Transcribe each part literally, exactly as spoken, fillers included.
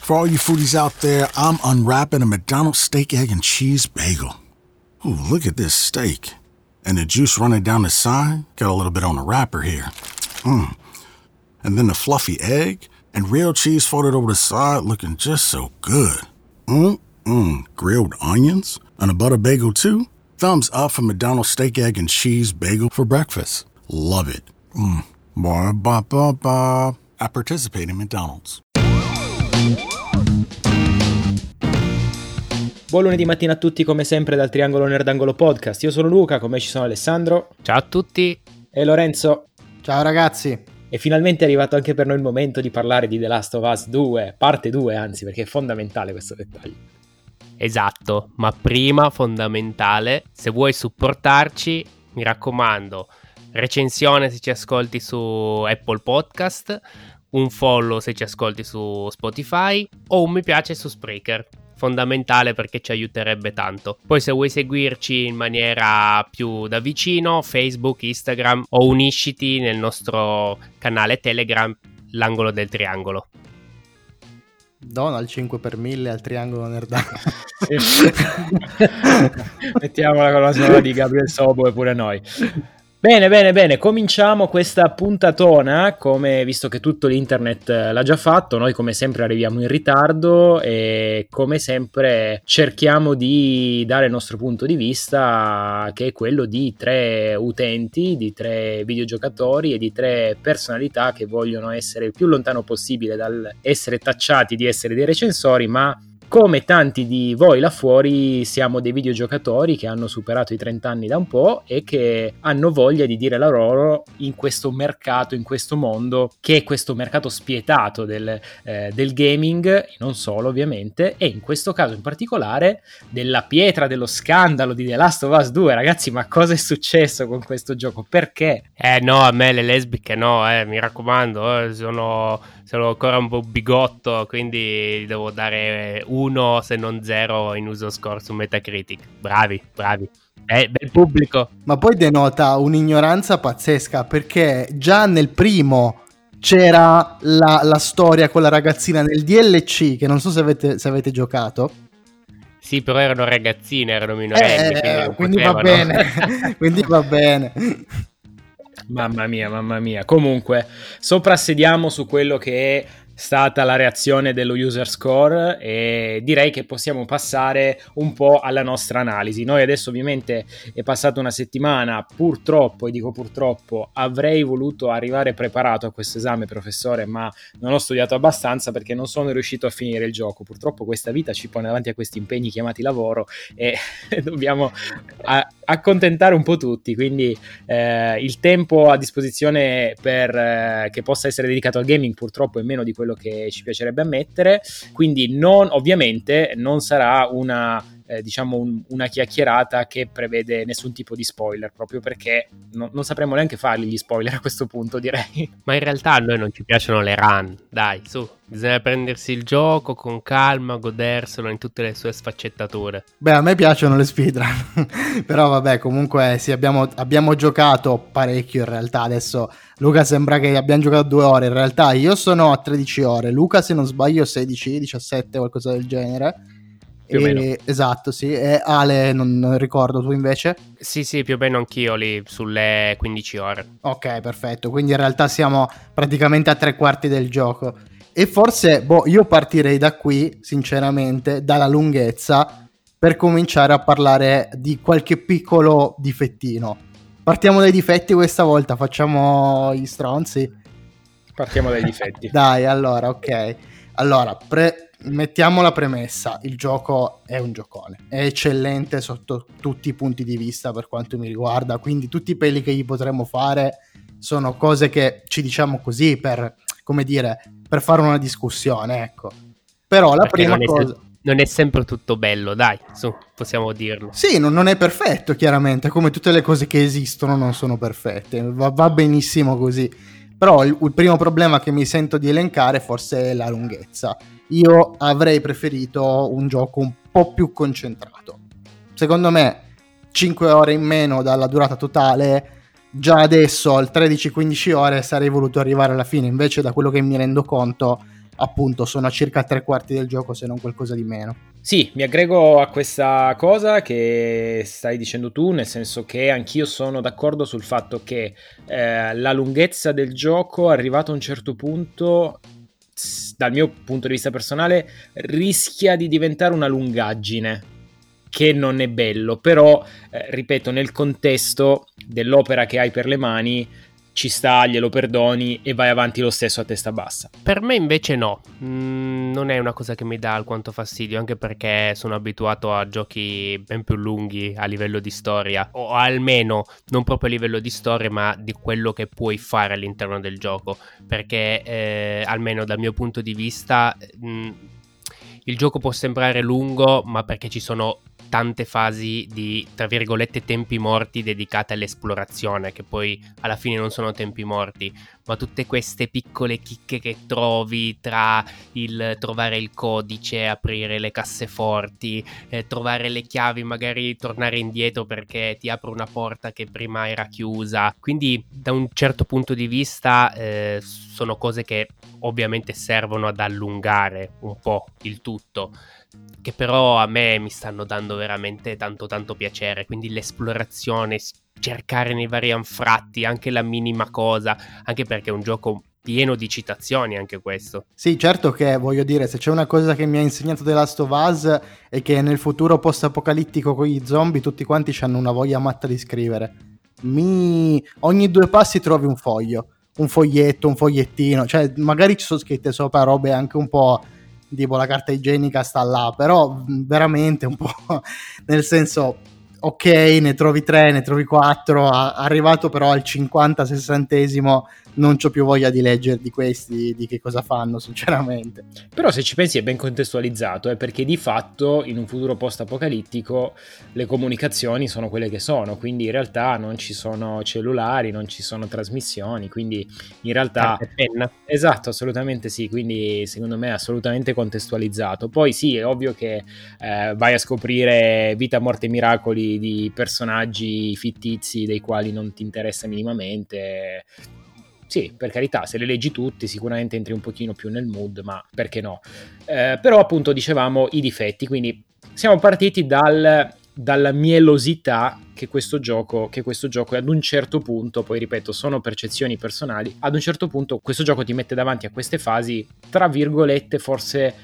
For all you foodies out there, I'm unwrapping a McDonald's steak, egg, and cheese bagel. Ooh, look at this steak. And the juice running down the side. Got a little bit on the wrapper here. Mmm. And then the fluffy egg and real cheese folded over the side, looking just so good. Mmm-mmm. Grilled onions and a butter bagel too. Thumbs up for McDonald's steak, egg, and cheese bagel for breakfast. Love it. Mmm. Ba-ba-ba-ba. I participate in McDonald's. Buon lunedì mattina a tutti, come sempre dal Triangolo Nerdangolo Podcast. Io sono Luca, con me ci sono Alessandro. Ciao a tutti. E Lorenzo. Ciao ragazzi. E finalmente è arrivato anche per noi il momento di parlare di The Last of Us due, parte due anzi, perché è fondamentale questo dettaglio. Esatto, ma prima fondamentale, se vuoi supportarci, mi raccomando, recensione se ci ascolti su Apple Podcast, un follow se ci ascolti su Spotify o un mi piace su Spreaker. Fondamentale perché ci aiuterebbe tanto. Poi se vuoi seguirci in maniera più da vicino, Facebook, Instagram o unisciti nel nostro canale Telegram, l'angolo del triangolo. Donald cinque per mille al Triangolo Nerdangolo. Mettiamola con la sonora di Gabriel Sobo e pure noi. Bene, bene, bene, cominciamo questa puntatona, come visto che tutto l'internet l'ha già fatto, noi come sempre arriviamo in ritardo e come sempre cerchiamo di dare il nostro punto di vista, che è quello di tre utenti, di tre videogiocatori e di tre personalità che vogliono essere il più lontano possibile dal essere tacciati di essere dei recensori, ma come tanti di voi là fuori siamo dei videogiocatori che hanno superato i trenta anni da un po' e che hanno voglia di dire la loro in questo mercato, in questo mondo, che è questo mercato spietato del, eh, del gaming, e non solo ovviamente, e in questo caso in particolare della pietra dello scandalo di The Last of Us due. Ragazzi, ma cosa è successo con questo gioco? Perché? Eh no, a me le lesbiche no, eh, mi raccomando, eh, sono, sono ancora un po' bigotto, quindi devo dare uno se non zero in uso score su Metacritic. Bravi, bravi. Eh, bel pubblico. Ma poi denota un'ignoranza pazzesca, perché già nel primo c'era la, la storia con la ragazzina nel D L C, che non so se avete, se avete giocato. Sì, però erano ragazzine, erano minorenni, eh, quindi, quindi va bene. Quindi va bene. Mamma mia, mamma mia. Comunque, soprassediamo su quello che è stata la reazione dello user score e direi che possiamo passare un po' alla nostra analisi. Noi adesso ovviamente è passata una settimana, purtroppo, e dico purtroppo, avrei voluto arrivare preparato a questo esame, professore, ma non ho studiato abbastanza perché non sono riuscito a finire il gioco. Purtroppo questa vita ci pone davanti a questi impegni chiamati lavoro e dobbiamo a- accontentare un po' tutti, quindi eh, il tempo a disposizione per eh, che possa essere dedicato al gaming purtroppo è meno di quello che ci piacerebbe ammettere, quindi non, ovviamente non sarà una eh, diciamo un, una chiacchierata che prevede nessun tipo di spoiler, proprio perché no, non sapremo neanche farli gli spoiler a questo punto, direi. Ma in realtà a noi non ci piacciono le run, dai, su, bisogna prendersi il gioco con calma, goderselo in tutte le sue sfaccettature. Beh, a me piacciono le speedrun, però vabbè, comunque sì, abbiamo, abbiamo giocato parecchio in realtà. Adesso Luca sembra che abbiamo giocato due ore, in realtà io sono a tredici ore, Luca se non sbaglio sedici, diciassette, qualcosa del genere. Più o e, meno. Esatto, sì. E Ale, non, non ricordo, tu invece? Sì, sì, più o meno anch'io lì sulle quindici ore. Ok, perfetto, quindi in realtà siamo praticamente a tre quarti del gioco. E forse, boh, io partirei da qui, sinceramente, dalla lunghezza, per cominciare a parlare di qualche piccolo difettino. Partiamo dai difetti questa volta, facciamo gli stronzi. Partiamo dai difetti. Dai, allora, ok. Allora, pre- mettiamo la premessa, il gioco è un giocone, è eccellente sotto tutti i punti di vista per quanto mi riguarda, quindi tutti i peli che gli potremmo fare sono cose che ci diciamo così per, come dire, per fare una discussione, ecco. Però la Perché prima non cosa... Se- non è sempre tutto bello, dai, su, possiamo dirlo. Sì, non, non è perfetto, chiaramente, come tutte le cose che esistono non sono perfette, va, va benissimo così. Però il, il primo problema che mi sento di elencare forse è la lunghezza. Io avrei preferito un gioco un po' più concentrato. Secondo me cinque ore in meno dalla durata totale, già adesso al tredici quindici ore sarei voluto arrivare alla fine, invece da quello che mi rendo conto appunto sono a circa tre quarti del gioco, se non qualcosa di meno. Sì, mi aggrego a questa cosa che stai dicendo tu, nel senso che anch'io sono d'accordo sul fatto che eh, la lunghezza del gioco, arrivato a un certo punto, dal mio punto di vista personale, rischia di diventare una lungaggine, che non è bello, però, eh, ripeto, nel contesto dell'opera che hai per le mani, ci sta, glielo perdoni e vai avanti lo stesso a testa bassa. Per me invece no, mm, non è una cosa che mi dà alquanto fastidio, anche perché sono abituato a giochi ben più lunghi a livello di storia, o almeno non proprio a livello di storia, ma di quello che puoi fare all'interno del gioco, perché eh, almeno dal mio punto di vista mh, il gioco può sembrare lungo, ma perché ci sono tante fasi di, tra virgolette, tempi morti dedicate all'esplorazione, che poi alla fine non sono tempi morti, ma tutte queste piccole chicche che trovi tra il trovare il codice, aprire le casseforti, eh, trovare le chiavi, magari tornare indietro perché ti apre una porta che prima era chiusa. Quindi da un certo punto di vista eh, sono cose che ovviamente servono ad allungare un po' il tutto, che però a me mi stanno dando veramente tanto tanto piacere. Quindi l'esplorazione, cercare nei vari anfratti anche la minima cosa, anche perché è un gioco pieno di citazioni anche questo. Sì, certo che voglio dire, se c'è una cosa che mi ha insegnato The Last of Us è che nel futuro post-apocalittico con gli zombie tutti quanti hanno una voglia matta di scrivere. Mi... ogni due passi trovi un foglio, un foglietto, un fogliettino, cioè magari ci sono scritte sopra robe anche un po' tipo la carta igienica sta là, però veramente un po' nel senso, ok, ne trovi tre, ne trovi quattro, arrivato però al cinquanta sessantesimo non c'ho più voglia di leggere di questi, di che cosa fanno sinceramente. Però se ci pensi è ben contestualizzato, eh, perché di fatto in un futuro post-apocalittico le comunicazioni sono quelle che sono, quindi in realtà non ci sono cellulari, non ci sono trasmissioni, quindi in realtà... Carta e penna. Esatto, assolutamente sì, quindi secondo me è assolutamente contestualizzato. Poi sì, è ovvio che eh, vai a scoprire vita, morte e miracoli di personaggi fittizi dei quali non ti interessa minimamente. Sì, per carità, se le leggi tutti sicuramente entri un pochino più nel mood, ma perché no? Eh, però appunto dicevamo i difetti, quindi siamo partiti dal, dalla mielosità che questo gioco che questo gioco ad un certo punto, poi ripeto, sono percezioni personali, ad un certo punto questo gioco ti mette davanti a queste fasi, tra virgolette, forse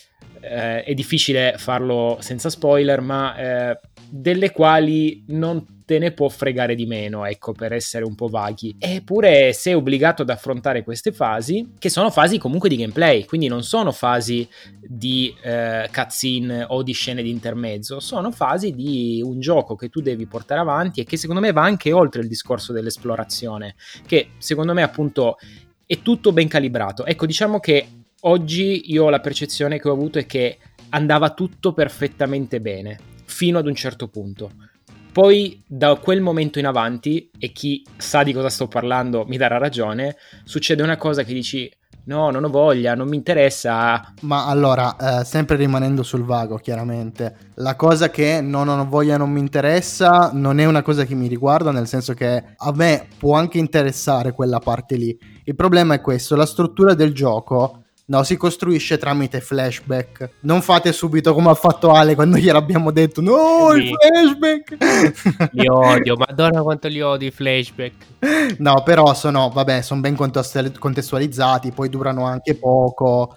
eh, è difficile farlo senza spoiler, ma eh, delle quali non te ne può fregare di meno, ecco, per essere un po' vaghi. Eppure sei obbligato ad affrontare queste fasi, che sono fasi comunque di gameplay, quindi non sono fasi di eh, cutscene o di scene di intermezzo, sono fasi di un gioco che tu devi portare avanti e che secondo me va anche oltre il discorso dell'esplorazione, che secondo me appunto è tutto ben calibrato. Ecco, diciamo che oggi io la percezione che ho avuto è che andava tutto perfettamente bene, fino ad un certo punto. Poi da quel momento in avanti, e chi sa di cosa sto parlando mi darà ragione, succede una cosa che dici no, non ho voglia, non mi interessa. Ma allora, eh, sempre rimanendo sul vago chiaramente, la cosa che non ho voglia, non mi interessa non è una cosa che mi riguarda, nel senso che a me può anche interessare quella parte lì. Il problema è questo, la struttura del gioco no, si costruisce tramite flashback. Non fate subito come ha fatto Ale quando gliel'abbiamo detto no, sì. Il flashback. Li odio, madonna quanto li odio i flashback. No, però sono, vabbè, sono ben contestualizzati, poi durano anche poco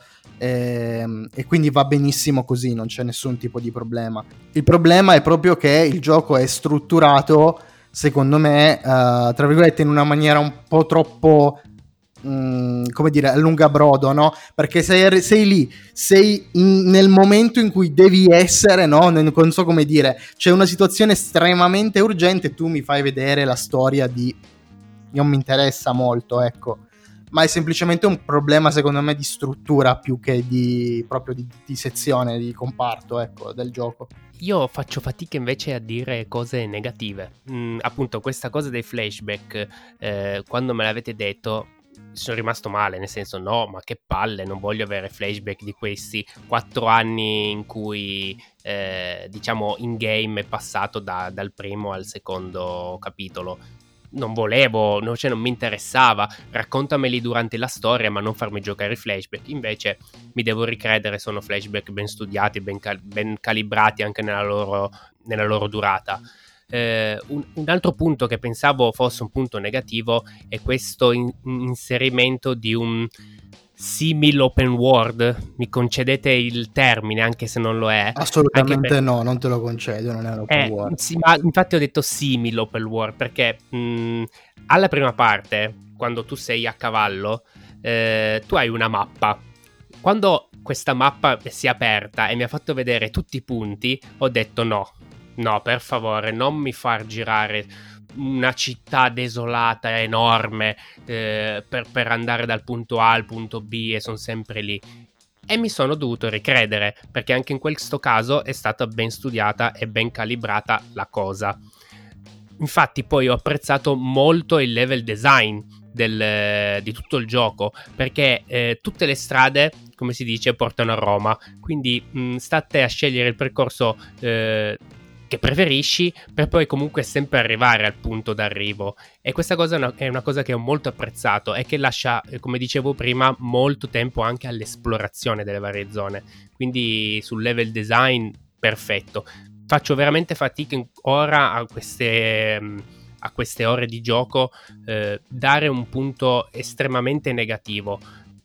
e, e quindi va benissimo così, non c'è nessun tipo di problema. Il problema è proprio che il gioco è strutturato, secondo me, uh, tra virgolette, in una maniera un po' troppo... come dire, a lungabrodo, no? Perché sei, sei lì, sei in, nel momento in cui devi essere, no? Non so come dire, c'è una situazione estremamente urgente e tu mi fai vedere la storia di... non mi interessa molto, ecco. Ma è semplicemente un problema, secondo me, di struttura più che di proprio di, di sezione, di comparto, ecco, del gioco. Io faccio fatica invece a dire cose negative. Mm, appunto, questa cosa dei flashback, eh, quando me l'avete detto... sono rimasto male, nel senso no, ma che palle, non voglio avere flashback di questi quattro anni in cui eh, diciamo in game è passato da, dal primo al secondo capitolo. non volevo, no, cioè non mi interessava, raccontameli durante la storia ma non farmi giocare i flashback. Invece mi devo ricredere, sono flashback ben studiati, ben, cal- ben calibrati anche nella loro, nella loro durata. Eh, un, un altro punto che pensavo fosse un punto negativo è questo in- inserimento di un simil open world. Mi concedete il termine anche se non lo è? Assolutamente per... no, non te lo concedo, non è un open eh, world. sì, ma infatti ho detto simil open world perché mh, alla prima parte, quando tu sei a cavallo, eh, tu hai una mappa. Quando questa mappa si è aperta e mi ha fatto vedere tutti i punti, ho detto no, no, per favore, non mi far girare una città desolata enorme eh, per, per andare dal punto A al punto B e sono sempre lì. E mi sono dovuto ricredere, perché anche in questo caso è stata ben studiata e ben calibrata la cosa. Infatti poi ho apprezzato molto il level design del, di tutto il gioco, perché eh, tutte le strade, come si dice, portano a Roma, quindi mh, sta a te a scegliere il percorso eh, che preferisci per poi comunque sempre arrivare al punto d'arrivo. E questa cosa è una, è una cosa che ho molto apprezzato e che lascia, come dicevo prima, molto tempo anche all'esplorazione delle varie zone. Quindi sul level design perfetto. Faccio veramente fatica ora a queste, a queste ore di gioco eh, dare un punto estremamente negativo.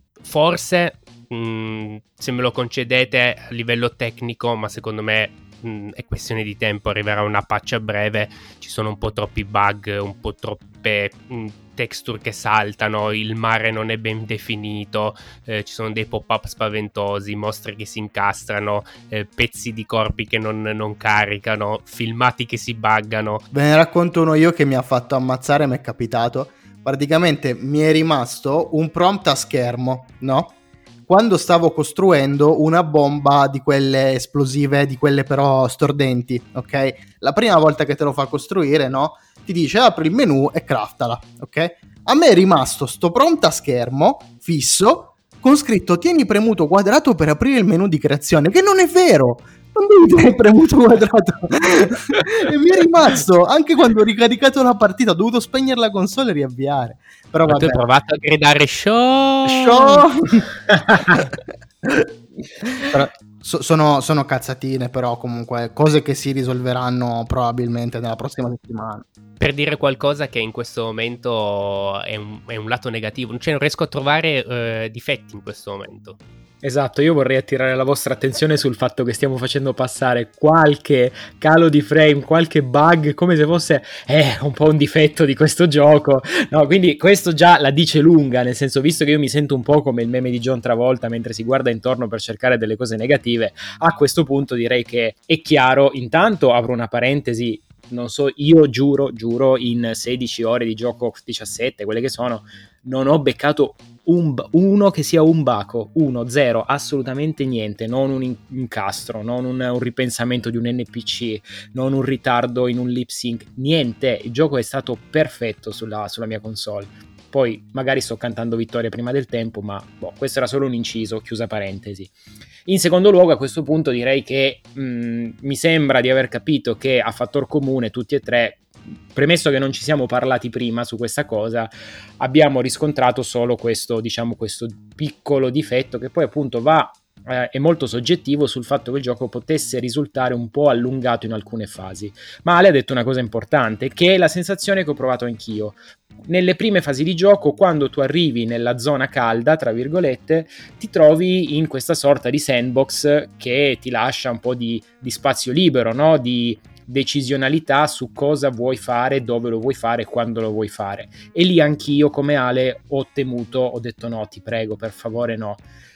Forse mh, se me lo concedete a livello tecnico, ma secondo me mh, è questione di tempo, arriverà una patch a breve, ci sono un po' troppi bug, un po' troppe mh, texture che saltano, il mare non è ben definito, eh, ci sono dei pop-up spaventosi, mostri che si incastrano, eh, pezzi di corpi che non, non caricano, filmati che si buggano. Ve ne racconto uno io che mi ha fatto ammazzare, mi è capitato. Praticamente mi è rimasto un prompt a schermo, no? Quando stavo costruendo una bomba di quelle esplosive, di quelle però stordenti, ok? La prima volta che te lo fa costruire, no? Ti dice apri il menu e craftala, ok? A me è rimasto sto prompt a schermo fisso con scritto tieni premuto quadrato per aprire il menu di creazione, che non è vero! Non devi tenere premuto quadrato. E mi è rimasto anche quando ho ricaricato la partita, ho dovuto spegnere la console e riavviare. Però Ma vabbè. tu hai provato a gridare show Show! Però, so, sono, sono cazzatine, però comunque cose che si risolveranno probabilmente nella prossima settimana. Per dire qualcosa che in questo momento è un, è un lato negativo, cioè non riesco a trovare eh, difetti in questo momento. Esatto, io vorrei attirare la vostra attenzione sul fatto che stiamo facendo passare qualche calo di frame, qualche bug, come se fosse eh, un po' un difetto di questo gioco. No, quindi questo già la dice lunga, nel senso, visto che io mi sento un po' come il meme di John Travolta mentre si guarda intorno per cercare delle cose negative, a questo punto direi che è chiaro. Intanto apro una parentesi, non so, io giuro, giuro, in sedici ore di gioco, diciassette, quelle che sono, non ho beccato un, uno che sia un baco, uno, zero, assolutamente niente, non un incastro, non un, un ripensamento di un N P C, non un ritardo in un lip sync, niente, il gioco è stato perfetto sulla, sulla mia console. Poi magari sto cantando vittoria prima del tempo, ma boh, questo era solo un inciso, chiusa parentesi. In secondo luogo, a questo punto direi che mh, mi sembra di aver capito che a fattor comune tutti e tre, premesso che non ci siamo parlati prima su questa cosa, abbiamo riscontrato solo questo, diciamo, questo piccolo difetto che poi appunto va eh, è molto soggettivo sul fatto che il gioco potesse risultare un po' allungato in alcune fasi. Ma Ale ha detto una cosa importante, che è la sensazione che ho provato anch'io. Nelle prime fasi di gioco, quando tu arrivi nella zona calda, tra virgolette, ti trovi in questa sorta di sandbox che ti lascia un po' di, di spazio libero, no? Di decisionalità su cosa vuoi fare, dove lo vuoi fare, quando lo vuoi fare. E lì anch'io, come Ale, ho temuto, ho detto no, ti prego, per favore no.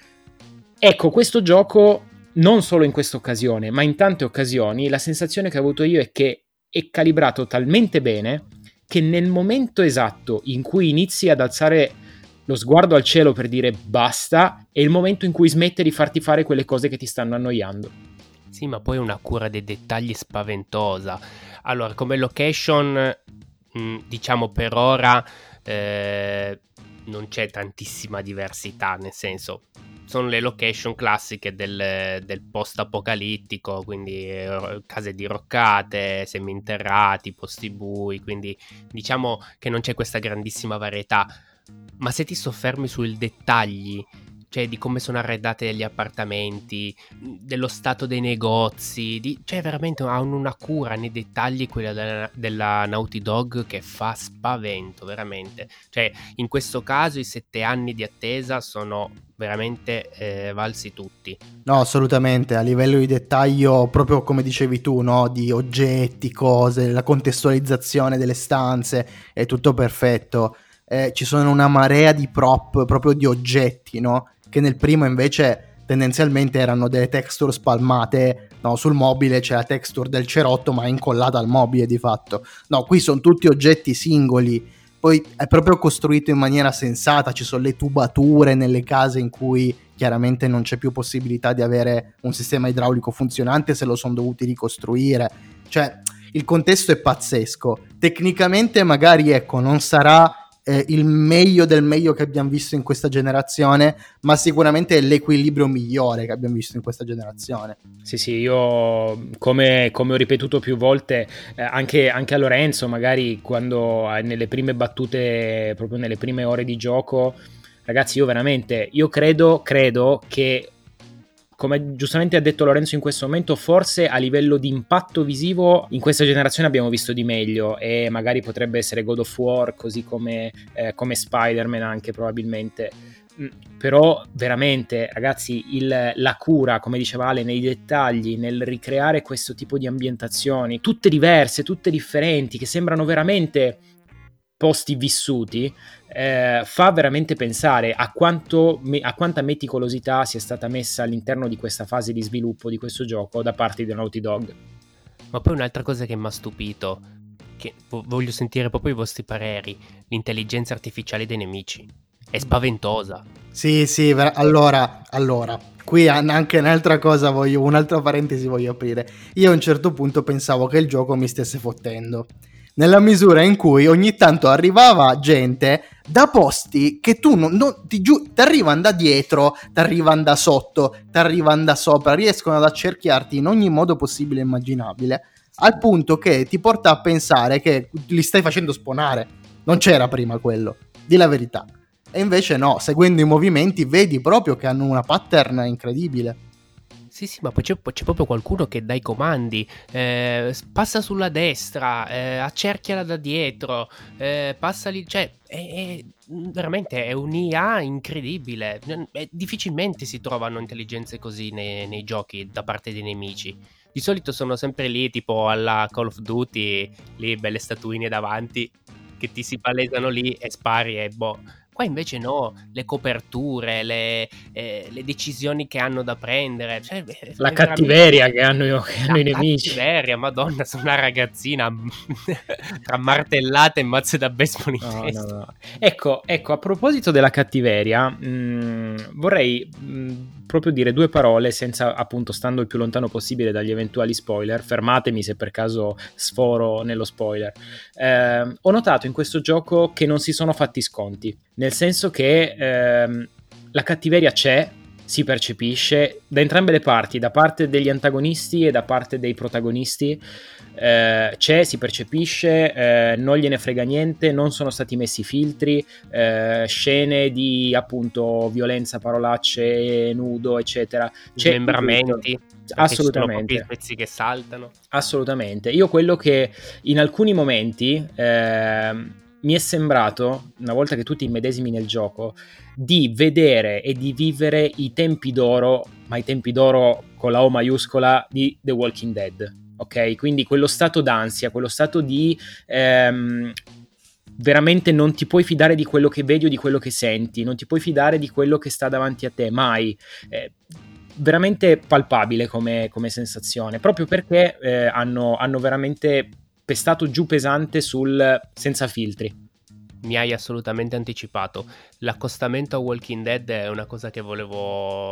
Ecco, questo gioco, non solo in questa occasione, ma in tante occasioni, la sensazione che ho avuto io è che è calibrato talmente bene che nel momento esatto in cui inizi ad alzare lo sguardo al cielo per dire basta, è il momento in cui smette di farti fare quelle cose che ti stanno annoiando. Sì, ma poi una cura dei dettagli spaventosa. Allora, come location, mh, diciamo per ora eh, non c'è tantissima diversità, nel senso sono le location classiche del, del post-apocalittico, quindi eh, case diroccate, seminterrati, posti bui, quindi diciamo che non c'è questa grandissima varietà. Ma se ti soffermi sui dettagli, cioè di come sono arredati gli appartamenti, dello stato dei negozi, di, cioè veramente hanno una cura nei dettagli quella della, della Naughty Dog che fa spavento, veramente. Cioè in questo caso i sette anni di attesa sono veramente eh, valsi tutti. No, assolutamente, a livello di dettaglio, proprio come dicevi tu, no? Di oggetti, cose, la contestualizzazione delle stanze, è tutto perfetto. Eh, ci sono una marea di prop, proprio di oggetti, no? Che nel primo invece tendenzialmente erano delle texture spalmate, no? Sul mobile c'è la texture del cerotto ma è incollata al mobile di fatto. No, qui sono tutti oggetti singoli, poi è proprio costruito in maniera sensata, ci sono le tubature nelle case in cui chiaramente non c'è più possibilità di avere un sistema idraulico funzionante, se lo sono dovuti ricostruire. Cioè, il contesto è pazzesco. Tecnicamente magari, ecco, non sarà Eh, il meglio del meglio che abbiamo visto in questa generazione, ma sicuramente è l'equilibrio migliore che abbiamo visto in questa generazione. Sì, sì, io come, come ho ripetuto più volte, eh, anche, anche a Lorenzo, magari quando eh, nelle prime battute, proprio nelle prime ore di gioco, ragazzi, io veramente, io credo, credo che, come giustamente ha detto Lorenzo in questo momento, forse a livello di impatto visivo in questa generazione abbiamo visto di meglio, e magari potrebbe essere God of War, così come, eh, come Spider-Man anche probabilmente. Però veramente, ragazzi, il, la cura, come diceva Ale, nei dettagli, nel ricreare questo tipo di ambientazioni, tutte diverse, tutte differenti, che sembrano veramente posti vissuti, eh, fa veramente pensare a quanto a quanta meticolosità sia stata messa all'interno di questa fase di sviluppo di questo gioco da parte di Naughty Dog. Ma poi un'altra cosa che mi ha stupito, che voglio sentire proprio i vostri pareri, l'intelligenza artificiale dei nemici è spaventosa. Sì, sì, ver- allora, allora, qui anche un'altra cosa voglio, un'altra parentesi voglio aprire. Io a un certo punto pensavo che il gioco mi stesse fottendo, nella misura in cui ogni tanto arrivava gente da posti che tu non, non ti giù, ti arrivano da dietro, ti arrivano da sotto, ti arrivano da sopra, riescono ad accerchiarti in ogni modo possibile e immaginabile, al punto che ti porta a pensare che li stai facendo spawnare. Non c'era prima quello, di la verità. E invece no, seguendo i movimenti vedi proprio che hanno una pattern incredibile. Sì, sì, ma poi c'è, c'è proprio qualcuno che dà i comandi, eh, passa sulla destra, eh, accerchiala da dietro, eh, passa lì, cioè è, è, veramente è un'I A incredibile. È, difficilmente si trovano intelligenze così nei, nei giochi da parte dei nemici. Di solito sono sempre lì, tipo alla Call of Duty, lì belle statuine davanti che ti si palesano lì e spari e boh. Qua invece no, le coperture, le, eh, le decisioni che hanno da prendere, cioè, la cattiveria che hanno, che hanno i nemici. La cattiveria, madonna, sono una ragazzina tra martellate e mazze da baseball in no, testa. No, no. Ecco, ecco, a proposito della cattiveria, mh, vorrei mh, proprio dire due parole, senza, appunto, stando il più lontano possibile dagli eventuali spoiler. Fermatemi se per caso sforo nello spoiler. Eh, ho notato in questo gioco che non si sono fatti sconti, nel senso che ehm, la cattiveria c'è, si percepisce da entrambe le parti, da parte degli antagonisti e da parte dei protagonisti. Eh, c'è, si percepisce, eh, non gliene frega niente, non sono stati messi filtri, eh, scene di appunto violenza, parolacce, nudo, eccetera, c'è smembramenti, assolutamente, i pezzi che saltano, assolutamente. Io quello che in alcuni momenti eh, mi è sembrato, una volta che tu ti immedesimi nel gioco, di vedere e di vivere i tempi d'oro, ma i tempi d'oro con la O maiuscola, di The Walking Dead, ok? Quindi quello stato d'ansia, quello stato di ehm, veramente non ti puoi fidare di quello che vedi o di quello che senti, non ti puoi fidare di quello che sta davanti a te, mai. Eh, veramente palpabile come, come sensazione, proprio perché eh, hanno, hanno veramente pestato giù pesante sul senza filtri. Mi hai assolutamente anticipato. L'accostamento a Walking Dead è una cosa che volevo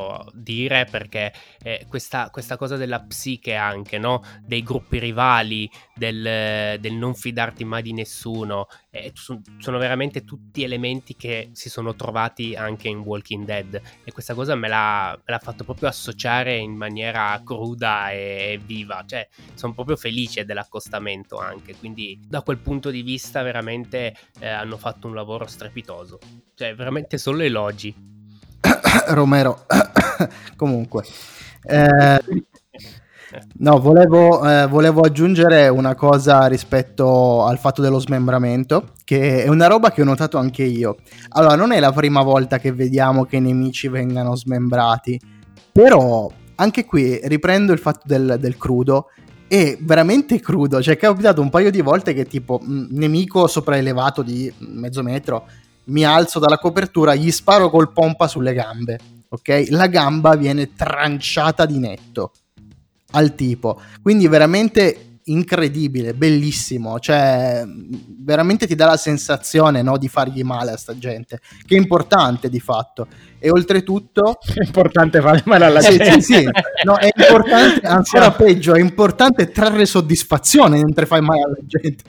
dire, perché eh, questa, questa cosa della psiche anche, no? Dei gruppi rivali, del, del non fidarti mai di nessuno, eh, sono veramente tutti elementi che si sono trovati anche in Walking Dead, e questa cosa me l'ha, me l'ha fatto proprio associare in maniera cruda e viva, cioè sono proprio felice dell'accostamento anche, quindi da quel punto di vista veramente eh, hanno fatto un lavoro strepitoso, cioè veramente solo elogi. Romero comunque eh, no volevo, eh, volevo aggiungere una cosa rispetto al fatto dello smembramento, che è una roba che ho notato anche io. Allora, non è la prima volta che vediamo che i nemici vengano smembrati, però anche qui riprendo il fatto del, del crudo. È veramente crudo, cioè è capitato un paio di volte che tipo mh, nemico sopraelevato di mezzo metro, mi alzo dalla copertura, gli sparo col pompa sulle gambe, ok? La gamba viene tranciata di netto al tipo, quindi veramente incredibile, bellissimo, cioè veramente ti dà la sensazione, no, di fargli male a sta gente, che è importante di fatto, e oltretutto è importante fare male alla sì, gente. sì, sì. No, è importante, ancora peggio, è importante trarre soddisfazione mentre fai male alla gente.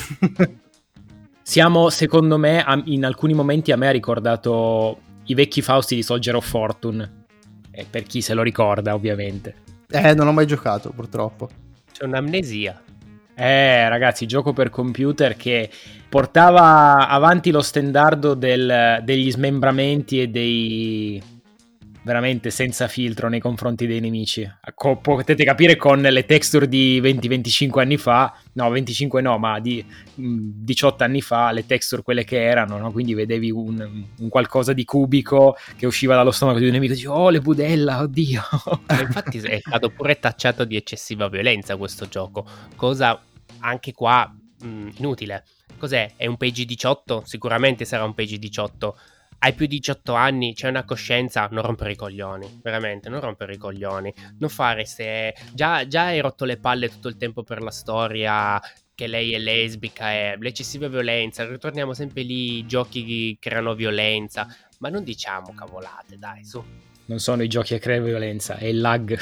Siamo, secondo me, in alcuni momenti a me ha ricordato i vecchi Fausti di Soldier of Fortune, e per chi se lo ricorda, ovviamente. Eh, non ho mai giocato, purtroppo. C'è un'amnesia. Eh, ragazzi, gioco per computer che portava avanti lo standardo del, degli smembramenti e dei... veramente senza filtro nei confronti dei nemici. Co- potete capire con le texture di venti venticinque anni fa, no venticinque no, ma di mh, diciotto anni fa, le texture quelle che erano, no? Quindi vedevi un, un qualcosa di cubico che usciva dallo stomaco di un nemico e dici, oh, le budella, oddio. Ma infatti è stato pure tacciato di eccessiva violenza questo gioco, cosa anche qua mh, inutile. Cos'è? È un P G diciotto? Sicuramente sarà un P G diciotto. Hai più di diciotto anni, c'è una coscienza, non rompere i coglioni, veramente, non rompere i coglioni, non fare se... Già, già hai rotto le palle tutto il tempo per la storia, che lei è lesbica, e l'eccessiva violenza, ritorniamo sempre lì, giochi che creano violenza, ma non diciamo cavolate, dai, su. Non sono i giochi che creano violenza, è il lag.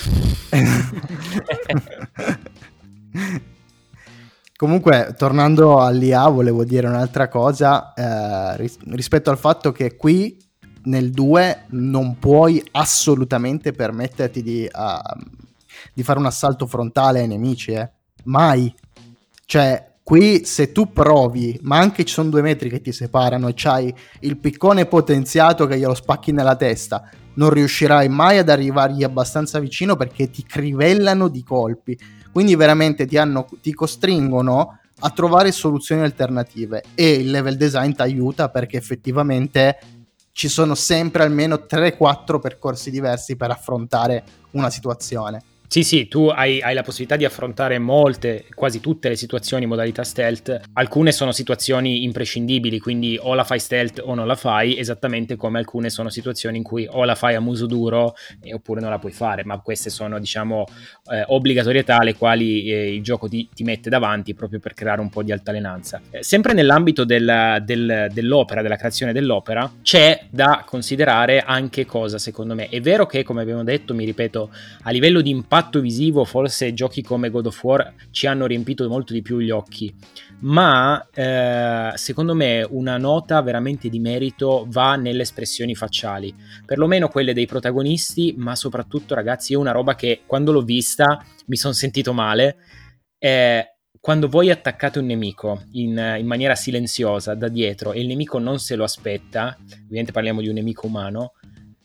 Comunque, tornando all'I A, volevo dire un'altra cosa eh, ris- rispetto al fatto che qui nel due non puoi assolutamente permetterti di, uh, di fare un assalto frontale ai nemici, eh? Mai. Cioè, qui se tu provi, ma anche ci sono due metri che ti separano e c'hai il piccone potenziato che glielo spacchi nella testa, non riuscirai mai ad arrivargli abbastanza vicino perché ti crivellano di colpi. Quindi veramente ti, hanno, ti costringono a trovare soluzioni alternative, e il level design ti aiuta perché effettivamente ci sono sempre almeno tre quattro percorsi diversi per affrontare una situazione. Sì, sì, tu hai, hai la possibilità di affrontare molte, quasi tutte le situazioni in modalità stealth. Alcune sono situazioni imprescindibili, quindi o la fai stealth o non la fai, esattamente come alcune sono situazioni in cui o la fai a muso duro eh, oppure non la puoi fare, ma queste sono, diciamo, eh, obbligatorietà alle quali eh, il gioco ti, ti mette davanti proprio per creare un po' di altalenanza. Eh, sempre nell'ambito del, del, dell'opera, della creazione dell'opera, c'è da considerare anche cosa, secondo me. È vero che, come abbiamo detto, mi ripeto, a livello di impatto visivo forse giochi come God of War ci hanno riempito molto di più gli occhi, ma eh, secondo me una nota veramente di merito va nelle espressioni facciali, perlomeno quelle dei protagonisti, ma soprattutto, ragazzi, è una roba che quando l'ho vista mi sono sentito male. eh, Quando voi attaccate un nemico in, in maniera silenziosa da dietro e il nemico non se lo aspetta, ovviamente parliamo di un nemico umano,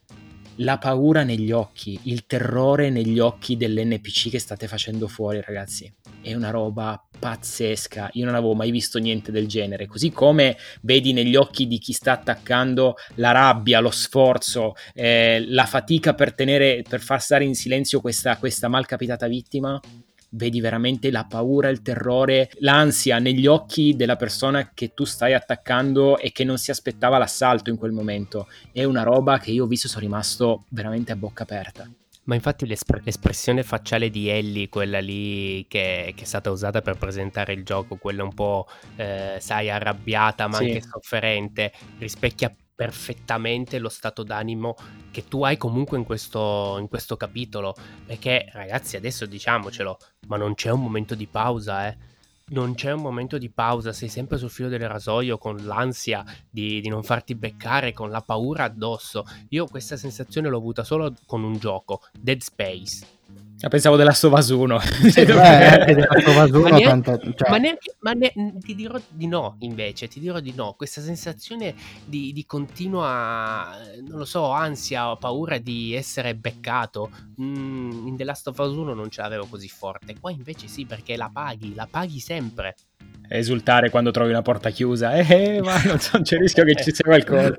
la paura negli occhi, il terrore negli occhi dell'N P C che state facendo fuori, ragazzi, è una roba pazzesca. Io non avevo mai visto niente del genere. Così come vedi negli occhi di chi sta attaccando la rabbia, lo sforzo, eh, la fatica per tenere, per far stare in silenzio questa, questa malcapitata vittima, vedi veramente la paura, il terrore, l'ansia negli occhi della persona che tu stai attaccando e che non si aspettava l'assalto in quel momento. È una roba che io ho visto e sono rimasto veramente a bocca aperta. Ma infatti l'espr- l'espressione facciale di Ellie, quella lì che, che è stata usata per presentare il gioco, quella un po', eh, sai, arrabbiata ma Sì. anche sofferente, rispecchia perfettamente lo stato d'animo che tu hai comunque in questo, in questo capitolo, perché ragazzi adesso diciamocelo, ma non c'è un momento di pausa, eh non c'è un momento di pausa, sei sempre sul filo del rasoio con l'ansia di, di non farti beccare, con la paura addosso. Io questa sensazione l'ho avuta solo con un gioco, Dead Space. Ah, pensavo della Last of Us uno. Eh, anche della Last of Us uno, ma neanche, tanto, cioè... ma neanche, ma ne, ti dirò di no invece, ti dirò di no, questa sensazione di, di continua, non lo so, ansia o paura di essere beccato, mm, in The Last of Us uno non ce l'avevo così forte, qua invece sì, perché la paghi, la paghi sempre. Esultare quando trovi una porta chiusa, eh, ma non so, c'è il rischio che ci sia qualcosa.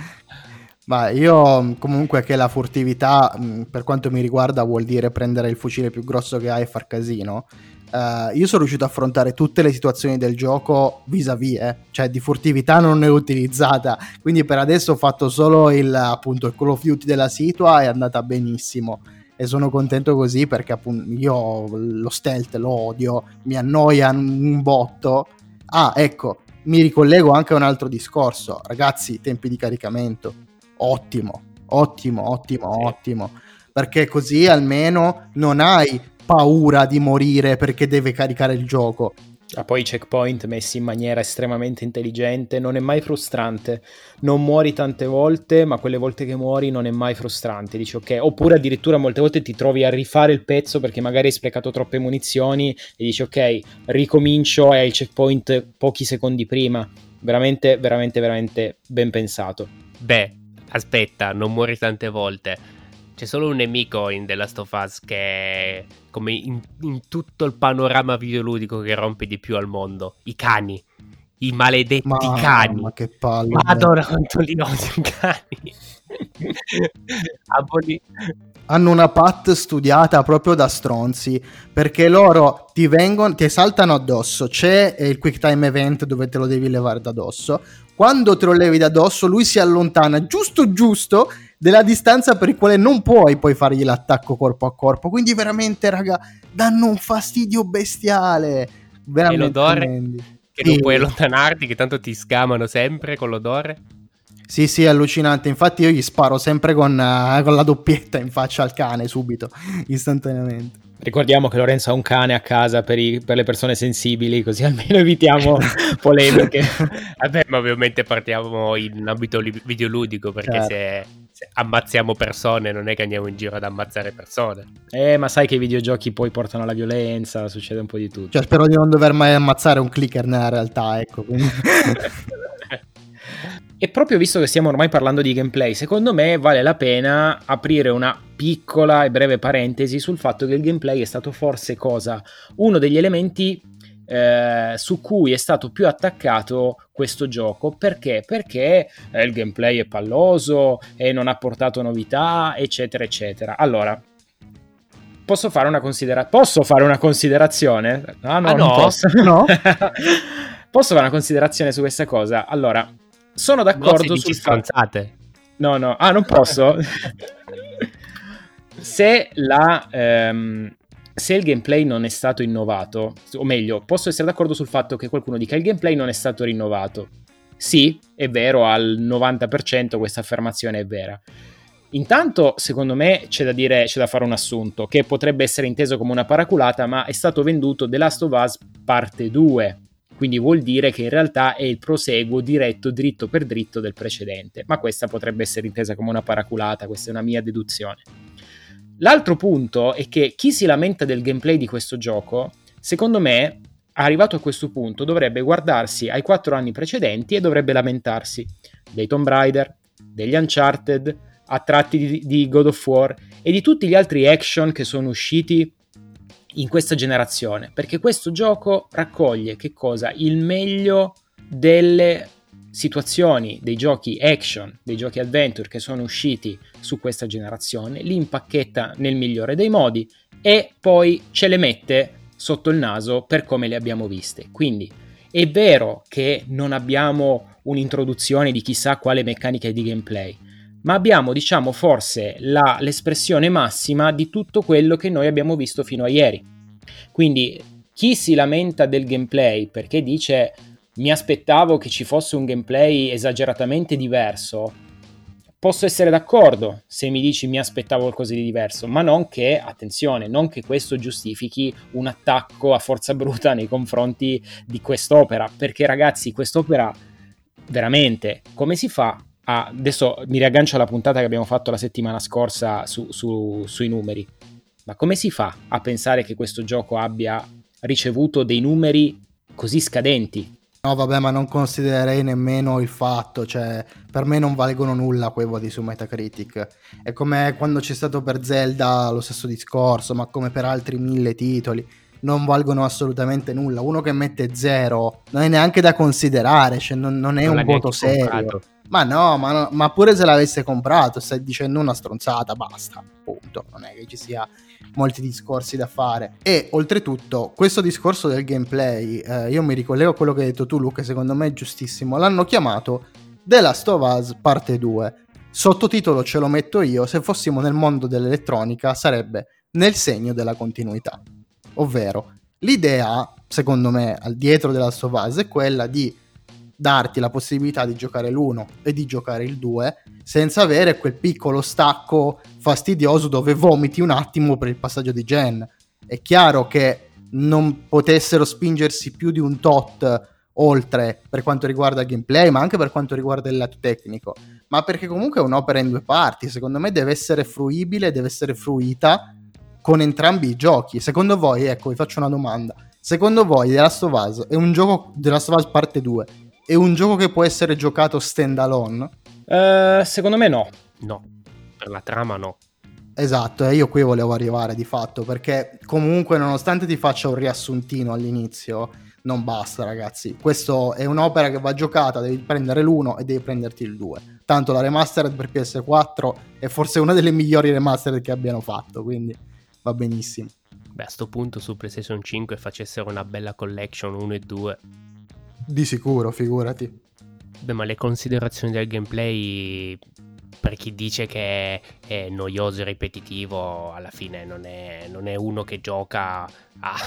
Ma io comunque che la furtività, per quanto mi riguarda, vuol dire prendere il fucile più grosso che hai e far casino. Uh, io sono riuscito a affrontare tutte le situazioni del gioco vis-à-vis, eh. Cioè di furtività non ne ho utilizzata, quindi per adesso ho fatto solo il, appunto, il Call of Duty della situa, è andata benissimo e sono contento così, perché appunto io lo stealth lo odio, mi annoia un botto. Ah, ecco, mi ricollego anche a un altro discorso, ragazzi, tempi di caricamento ottimo, ottimo, ottimo, sì. ottimo, perché così almeno non hai paura di morire perché deve caricare il gioco. Ah, poi i checkpoint messi in maniera estremamente intelligente, non è mai frustrante, non muori tante volte, ma quelle volte che muori non è mai frustrante, dici ok, oppure addirittura molte volte ti trovi a rifare il pezzo perché magari hai sprecato troppe munizioni e dici ok, ricomincio e hai il checkpoint pochi secondi prima, veramente, veramente, veramente ben pensato. Beh, aspetta, non muori tante volte. C'è solo un nemico in The Last of Us che, come in, in tutto il panorama videoludico, che rompe di più al mondo. I cani. I maledetti ma, cani. Ma che palle. Madonna quanto li odio i cani. Aboli... Hanno una pat studiata proprio da stronzi, perché loro ti vengono, ti saltano addosso, c'è il quick time event dove te lo devi levare da dosso. Quando te lo levi da dosso lui si allontana giusto giusto della distanza per il quale non puoi poi fargli l'attacco corpo a corpo, quindi veramente raga danno un fastidio bestiale, veramente. E l'odore tremendi. Che sì. Non puoi allontanarti, che tanto ti scamano sempre con l'odore. Sì, sì, allucinante. Infatti io gli sparo sempre con, uh, con la doppietta in faccia al cane subito, istantaneamente. Ricordiamo che Lorenzo ha un cane a casa per, i, per le persone sensibili, così almeno evitiamo polemiche. Vabbè, ma ovviamente partiamo in ambito li- videoludico, perché certo. se, se ammazziamo persone non è che andiamo in giro ad ammazzare persone. Eh, ma sai che i videogiochi poi portano alla violenza, succede un po' di tutto. Cioè, spero di non dover mai ammazzare un clicker nella realtà, ecco. Quindi... E proprio visto che stiamo ormai parlando di gameplay, secondo me vale la pena aprire una piccola e breve parentesi sul fatto che il gameplay è stato forse cosa? Uno degli elementi eh, su cui è stato più attaccato questo gioco. Perché? Perché eh, il gameplay è palloso e non ha portato novità, eccetera, eccetera. Allora, posso fare una considerazione? Posso fare una considerazione? Ah no, ah, no? non posso. No? Posso fare una considerazione su questa cosa? Allora, sono d'accordo no, sul stronzate. fatto... No, no, ah, non posso? se la... Ehm, se il gameplay non è stato innovato, o meglio, posso essere d'accordo sul fatto che qualcuno dica il gameplay non è stato rinnovato. Sì, è vero, al novanta per cento questa affermazione è vera. Intanto, secondo me, c'è da dire, c'è da fare un assunto, che potrebbe essere inteso come una paraculata, ma è stato venduto The Last of Us parte due. Quindi vuol dire che in realtà è il proseguo diretto, dritto per dritto del precedente. Ma questa potrebbe essere intesa come una paraculata, questa è una mia deduzione. L'altro punto è che chi si lamenta del gameplay di questo gioco, secondo me, arrivato a questo punto, dovrebbe guardarsi ai quattro anni precedenti e dovrebbe lamentarsi dei Tomb Raider, degli Uncharted, a tratti di, di God of War e di tutti gli altri action che sono usciti in questa generazione, perché questo gioco raccoglie che cosa? Il meglio delle situazioni, dei giochi action, dei giochi adventure che sono usciti su questa generazione, li impacchetta nel migliore dei modi e poi ce le mette sotto il naso per come le abbiamo viste. Quindi è vero che non abbiamo un'introduzione di chissà quale meccanica di gameplay, ma abbiamo, diciamo, forse la, l'espressione massima di tutto quello che noi abbiamo visto fino a ieri. Quindi chi si lamenta del gameplay perché dice mi aspettavo che ci fosse un gameplay esageratamente diverso, posso essere d'accordo se mi dici mi aspettavo qualcosa di diverso, ma non che, attenzione, non che questo giustifichi un attacco a forza bruta nei confronti di quest'opera, perché ragazzi, quest'opera veramente, come si fa a... Adesso mi riaggancio alla puntata che abbiamo fatto la settimana scorsa su, su, sui numeri, ma come si fa a pensare che questo gioco abbia ricevuto dei numeri così scadenti? No, vabbè, ma non considererei nemmeno il fatto, cioè, per me non valgono nulla quei voti su Metacritic. È come quando c'è stato per Zelda lo stesso discorso, ma come per altri mille titoli, non valgono assolutamente nulla. Uno che mette zero non è neanche da considerare, cioè non, non è non un voto serio. Comprato. Ma no, ma, no, ma pure se l'avesse comprato, stai dicendo una stronzata, basta, punto. Non è che ci sia molti discorsi da fare. E oltretutto questo discorso del gameplay, eh, io mi ricollego a quello che hai detto tu, Luca, secondo me è giustissimo. L'hanno chiamato The Last of Us parte due. Sottotitolo ce lo metto io: se fossimo nel mondo dell'elettronica sarebbe nel segno della continuità. Ovvero, l'idea, secondo me, al dietro The Last of Us è quella di darti la possibilità di giocare l'uno e di giocare il due senza avere quel piccolo stacco fastidioso dove vomiti un attimo per il passaggio di gen. È chiaro che non potessero spingersi più di un tot oltre per quanto riguarda il gameplay, ma anche per quanto riguarda il lato tecnico, ma perché comunque è un'opera in due parti, secondo me deve essere fruibile, deve essere fruita con entrambi i giochi. Secondo voi, ecco, vi faccio una domanda, secondo voi The Last of Us è un gioco, The Last of Us parte due è un gioco che può essere giocato stand alone? Uh, secondo me no. No, per la trama no. Esatto, e io qui volevo arrivare di fatto, perché comunque nonostante ti faccia un riassuntino all'inizio, non basta ragazzi. Questo è un'opera che va giocata, devi prendere l'uno e devi prenderti il due. Tanto la remastered per P S quattro è forse una delle migliori remastered che abbiano fatto, quindi va benissimo. Beh, a sto punto su PlayStation cinque facessero una bella collection uno e due. Di sicuro, figurati. Beh, ma le considerazioni del gameplay, per chi dice che è noioso e ripetitivo, alla fine non è, non è uno che gioca a,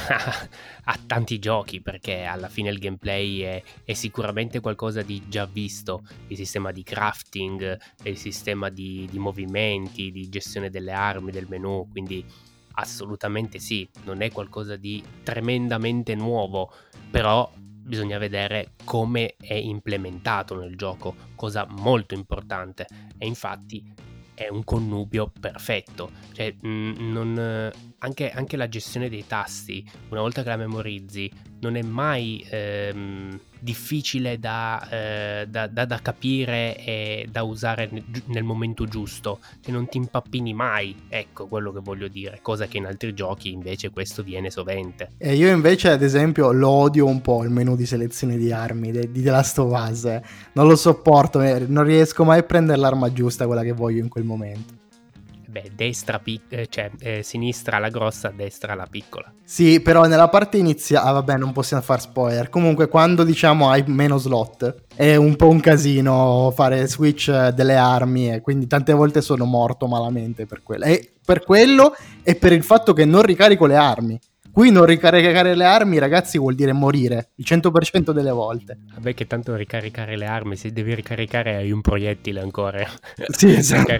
a tanti giochi, perché alla fine il gameplay è, è sicuramente qualcosa di già visto. Il sistema di crafting, il sistema di, di movimenti, di gestione delle armi, del menu, quindi assolutamente sì, non è qualcosa di tremendamente nuovo, però bisogna vedere come è implementato nel gioco, cosa molto importante, e infatti è un connubio perfetto, cioè mh, non, anche, anche la gestione dei tasti, una volta che la memorizzi, non è mai ehm, difficile da, eh, da, da, da capire e da usare nel momento giusto, cioè non ti impappini mai, ecco quello che voglio dire, cosa che in altri giochi invece questo viene sovente. E io invece ad esempio lo odio un po' il menu di selezione di armi di, di The Last of Us, eh. non lo sopporto, non riesco mai a prendere l'arma giusta, quella che voglio in quel momento. Beh, destra, pic- cioè eh, sinistra la grossa, destra la piccola. Sì, però nella parte iniziale, ah, vabbè, non possiamo far spoiler. Comunque, quando diciamo hai meno slot, è un po' un casino fare switch delle armi, e quindi tante volte sono morto malamente per quello. E per quello e per il fatto che non ricarico le armi. Qui non ricaricare le armi, ragazzi, vuol dire morire il cento per cento delle volte. Vabbè, che tanto ricaricare le armi, se devi ricaricare hai un proiettile ancora. Sì, esatto.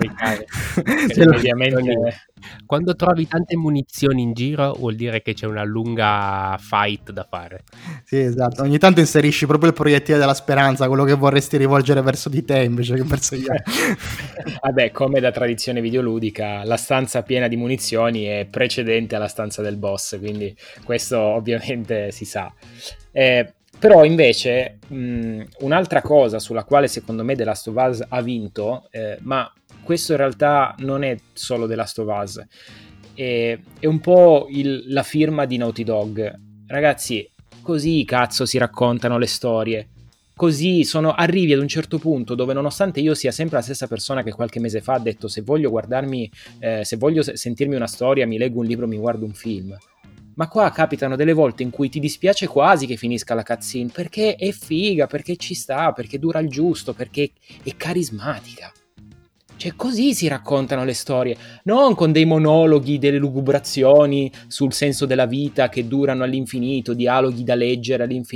Cioè, ovviamente quando trovi tante munizioni in giro vuol dire che c'è una lunga fight da fare. Sì, esatto. Ogni tanto inserisci proprio il proiettile della speranza, quello che vorresti rivolgere verso di te invece che verso gli altri. Vabbè, come da tradizione videoludica, la stanza piena di munizioni è precedente alla stanza del boss, quindi questo ovviamente si sa. Eh, però invece mh, un'altra cosa sulla quale secondo me The Last of Us ha vinto, eh, ma questo in realtà non è solo The Last of Us, è, è un po' il, la firma di Naughty Dog. Ragazzi, così cazzo si raccontano le storie. Così sono, arrivi ad un certo punto dove, nonostante io sia sempre la stessa persona che qualche mese fa ha detto se voglio guardarmi, eh, se voglio sentirmi una storia mi leggo un libro, mi guardo un film, ma qua capitano delle volte in cui ti dispiace quasi che finisca la cutscene, perché è figa, perché ci sta, perché dura il giusto, perché è carismatica. Cioè, così si raccontano le storie, non con dei monologhi, delle lugubrazioni sul senso della vita che durano all'infinito, dialoghi da leggere all'infinito.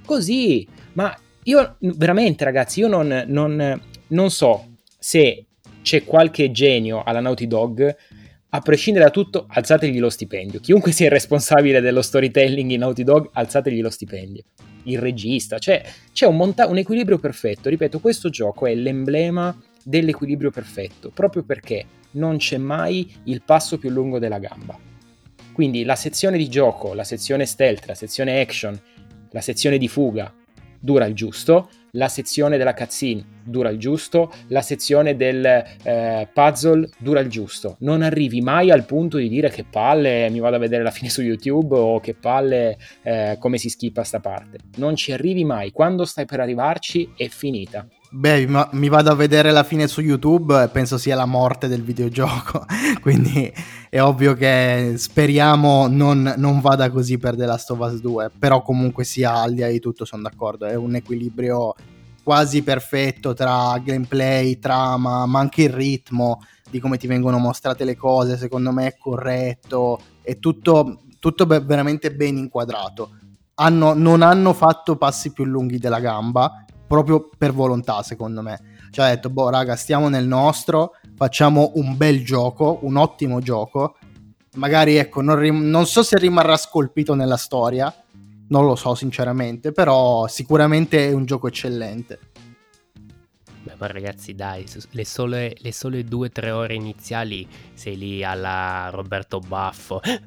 così, ma io veramente ragazzi, io non, non, non so se c'è qualche genio alla Naughty Dog, a prescindere da tutto, alzategli lo stipendio. Chiunque sia il responsabile dello storytelling in Naughty Dog, alzategli lo stipendio. Il regista, cioè c'è un, monta- un equilibrio perfetto. Ripeto, questo gioco è l'emblema dell'equilibrio perfetto, proprio perché non c'è mai il passo più lungo della gamba. Quindi la sezione di gioco, la sezione stealth, la sezione action, la sezione di fuga dura il giusto, la sezione della cutscene dura il giusto, la sezione del eh, puzzle dura il giusto. Non arrivi mai al punto di dire che palle, mi vado a vedere la fine su YouTube, o che palle, eh, come si skippa sta parte. Non ci arrivi mai. Quando stai per arrivarci è finita. Beh, ma mi vado a vedere la fine su YouTube e penso sia la morte del videogioco, quindi è ovvio che speriamo non, non vada così per The Last of Us due, però comunque sia, al di là di tutto sono d'accordo, è un equilibrio quasi perfetto tra gameplay, trama, ma anche il ritmo di come ti vengono mostrate le cose, secondo me è corretto, è tutto, tutto be- veramente ben inquadrato. Hanno, non hanno fatto passi più lunghi della gamba, proprio per volontà, secondo me. Cioè ha detto, boh raga, stiamo nel nostro, facciamo un bel gioco, un ottimo gioco, magari ecco, non, rim- non so se rimarrà scolpito nella storia, non lo so sinceramente, però sicuramente è un gioco eccellente. Beh, ma ragazzi, dai, le sole, le sole due o tre ore iniziali sei lì alla Roberto Baffo. eh,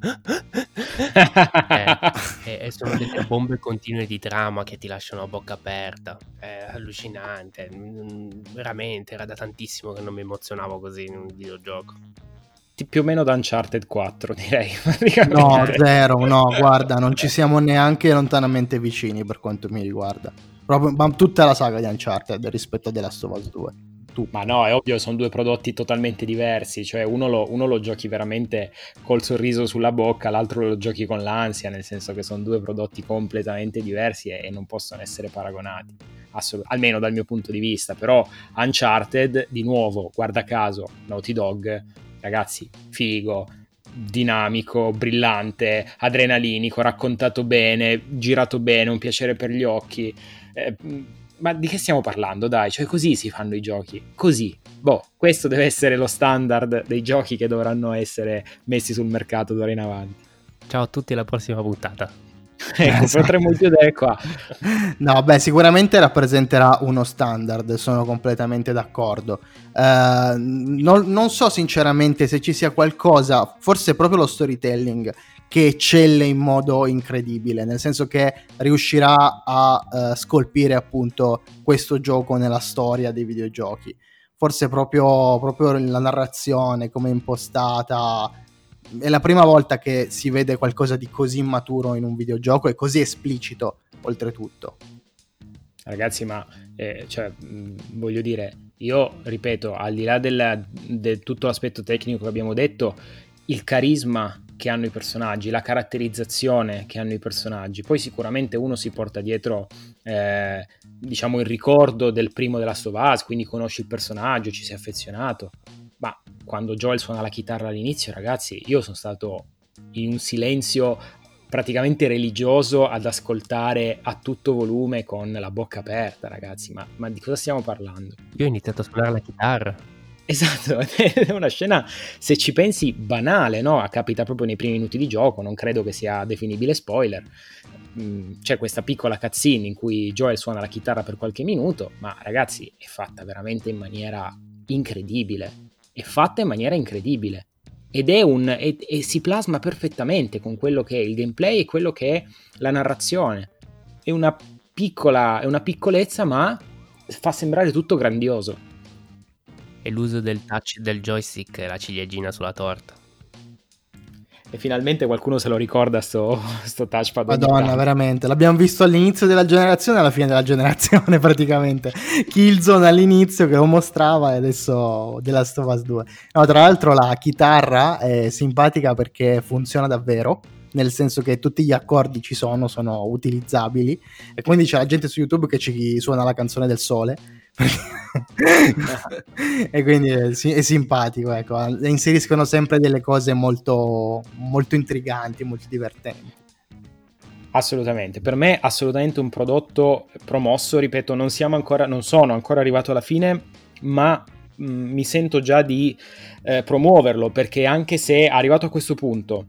e, e sono delle bombe continue di trama che ti lasciano a bocca aperta. È allucinante. Veramente, era da tantissimo che non mi emozionavo così in un videogioco. Più o meno da Uncharted quattro, direi. No, zero, no, guarda, non ci siamo neanche lontanamente vicini per quanto mi riguarda. Proprio, ma tutta la saga di Uncharted rispetto a The Last of Us due. Tu. Ma no, è ovvio, sono due prodotti totalmente diversi, cioè uno lo, uno lo giochi veramente col sorriso sulla bocca, l'altro lo giochi con l'ansia, nel senso che sono due prodotti completamente diversi e, e non possono essere paragonati, assolut- almeno dal mio punto di vista. Però Uncharted, di nuovo, guarda caso, Naughty Dog, ragazzi, figo, dinamico, brillante, adrenalinico, raccontato bene, girato bene, un piacere per gli occhi. Eh, ma di che stiamo parlando, dai? Cioè così si fanno i giochi, così. Boh, questo deve essere lo standard dei giochi che dovranno essere messi sul mercato d'ora in avanti. Ciao a tutti, alla prossima puntata. Ecco, potremmo chiudere qua. No, beh, sicuramente rappresenterà uno standard, sono completamente d'accordo. Uh, non, non so sinceramente se ci sia qualcosa, forse proprio lo storytelling, che eccelle in modo incredibile, nel senso che riuscirà a uh, scolpire appunto questo gioco nella storia dei videogiochi. Forse proprio, proprio la narrazione, come è impostata. È la prima volta che si vede qualcosa di così maturo in un videogioco e così esplicito, oltretutto. Ragazzi, ma eh, cioè, mh, voglio dire, io ripeto, al di là del, del tutto l'aspetto tecnico che abbiamo detto, il carisma che hanno i personaggi, la caratterizzazione che hanno i personaggi, poi sicuramente uno si porta dietro eh, diciamo il ricordo del primo The Last of Us, quindi conosci il personaggio, ci sei affezionato, ma quando Joel suona la chitarra all'inizio, ragazzi, io sono stato in un silenzio praticamente religioso ad ascoltare a tutto volume con la bocca aperta, ragazzi, ma, ma di cosa stiamo parlando? Io ho iniziato a suonare la chitarra. Esatto, è una scena, se ci pensi, banale, no? Capita proprio nei primi minuti di gioco, non credo che sia definibile spoiler. C'è questa piccola cutscene in cui Joel suona la chitarra per qualche minuto, ma ragazzi, è fatta veramente in maniera incredibile, è fatta in maniera incredibile. Ed è un e, e si plasma perfettamente con quello che è il gameplay e quello che è la narrazione. È una piccola, è una piccolezza, ma fa sembrare tutto grandioso. E l'uso del touch del joystick è la ciliegina sulla torta. E finalmente qualcuno se lo ricorda sto, sto touchpad. Madonna, veramente, l'abbiamo visto all'inizio della generazione e alla fine della generazione praticamente. Killzone all'inizio che lo mostrava e adesso The Last of Us due. No, tra l'altro la chitarra è simpatica perché funziona davvero, nel senso che tutti gli accordi ci sono, sono utilizzabili, e quindi c'è la gente su YouTube che ci suona la canzone del sole e quindi è, è simpatico, ecco. Inseriscono sempre delle cose molto molto intriganti, molto divertenti. Assolutamente, per me assolutamente un prodotto promosso, ripeto, non siamo ancora, non sono ancora arrivato alla fine, ma mh, mi sento già di eh, promuoverlo, perché anche se arrivato a questo punto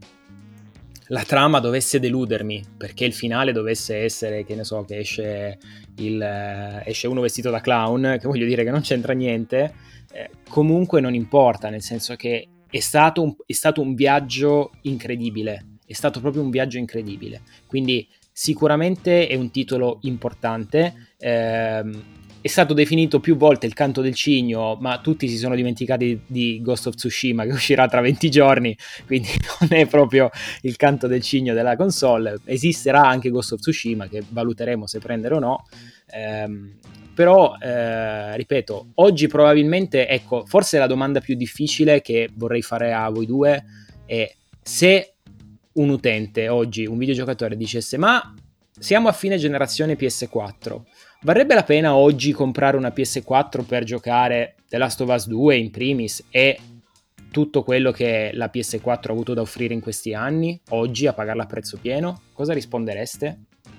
la trama dovesse deludermi, perché il finale dovesse essere, che ne so, che esce, il, eh, esce uno vestito da clown, che voglio dire che non c'entra niente, eh, comunque non importa, nel senso che è stato, un, è stato un viaggio incredibile, è stato proprio un viaggio incredibile, quindi sicuramente è un titolo importante. ehm, È stato definito più volte il canto del cigno, ma tutti si sono dimenticati di Ghost of Tsushima, che uscirà tra venti giorni, quindi non è proprio il canto del cigno della console. Esisterà anche Ghost of Tsushima, che valuteremo se prendere o no. Ehm, però, eh, ripeto, oggi probabilmente, ecco, forse la domanda più difficile che vorrei fare a voi due è: se un utente oggi, un videogiocatore, dicesse ma siamo a fine generazione P S quattro, varrebbe la pena oggi comprare una P S quattro per giocare The Last of Us due in primis e tutto quello che la P S quattro ha avuto da offrire in questi anni, oggi a pagarla a prezzo pieno? Cosa rispondereste?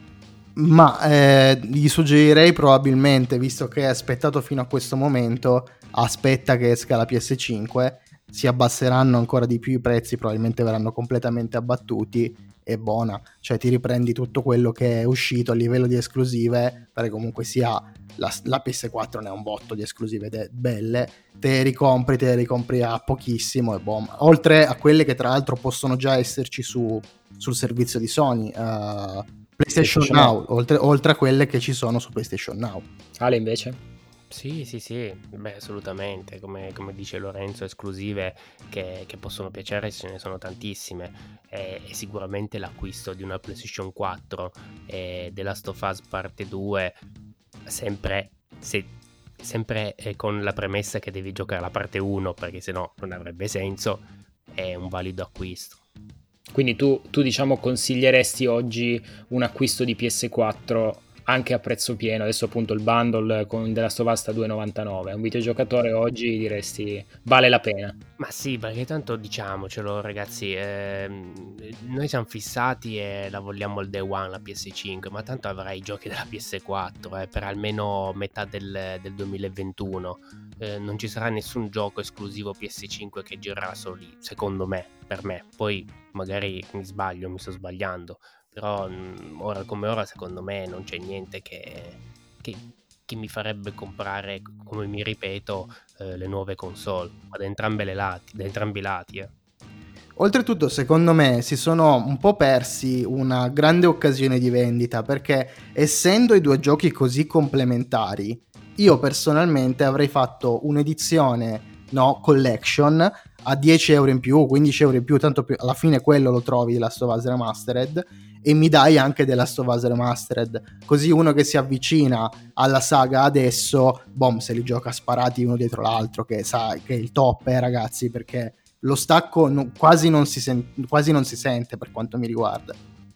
Ma eh, gli suggerirei probabilmente, visto che hai aspettato fino a questo momento, aspetta che esca la P S cinque, si abbasseranno ancora di più i prezzi, probabilmente verranno completamente abbattuti, è buona, cioè ti riprendi tutto quello che è uscito a livello di esclusive, perché comunque sia la, la P S quattro ne ha un botto di esclusive de- belle, te ricompri, te ricompri a pochissimo e boom, oltre a quelle che tra l'altro possono già esserci su, sul servizio di Sony, uh, PlayStation Now, oltre, oltre a quelle che ci sono su PlayStation Now. Ale invece? Sì, sì, sì, beh, assolutamente, come, come dice Lorenzo, esclusive che, che possono piacere ce ne sono tantissime, e, e sicuramente l'acquisto di una PlayStation quattro e The Last of Us parte due, sempre, se, sempre eh, con la premessa che devi giocare la parte uno, perché sennò non avrebbe senso, è un valido acquisto. Quindi tu, tu diciamo consiglieresti oggi un acquisto di P S quattro anche a prezzo pieno, adesso appunto il bundle con The Last of Us a due e novantanove, un videogiocatore oggi diresti vale la pena? Ma sì, perché tanto diciamocelo ragazzi, ehm, noi siamo fissati e la vogliamo il day one la P S cinque, ma tanto avrai i giochi della P S quattro eh, per almeno metà del, del duemilaventuno, eh, non ci sarà nessun gioco esclusivo P S cinque che girerà solo lì, secondo me, per me, poi magari mi sbaglio, mi sto sbagliando, però mh, ora come ora secondo me non c'è niente che, che, che mi farebbe comprare, come mi ripeto, eh, le nuove console, ma da entrambe le lati, da entrambi i lati. Eh. Oltretutto, secondo me, si sono un po' persi una grande occasione di vendita, perché essendo i due giochi così complementari, io personalmente avrei fatto un'edizione, no, collection a dieci euro in più, quindici euro in più, tanto più, alla fine quello lo trovi Last of Us Remastered, e mi dai anche The Last of Us Remastered, così uno che si avvicina alla saga adesso, boom, se li gioca sparati uno dietro l'altro, che sa che è il top, eh ragazzi, perché lo stacco no, quasi, non si sen- quasi non si sente per quanto mi riguarda.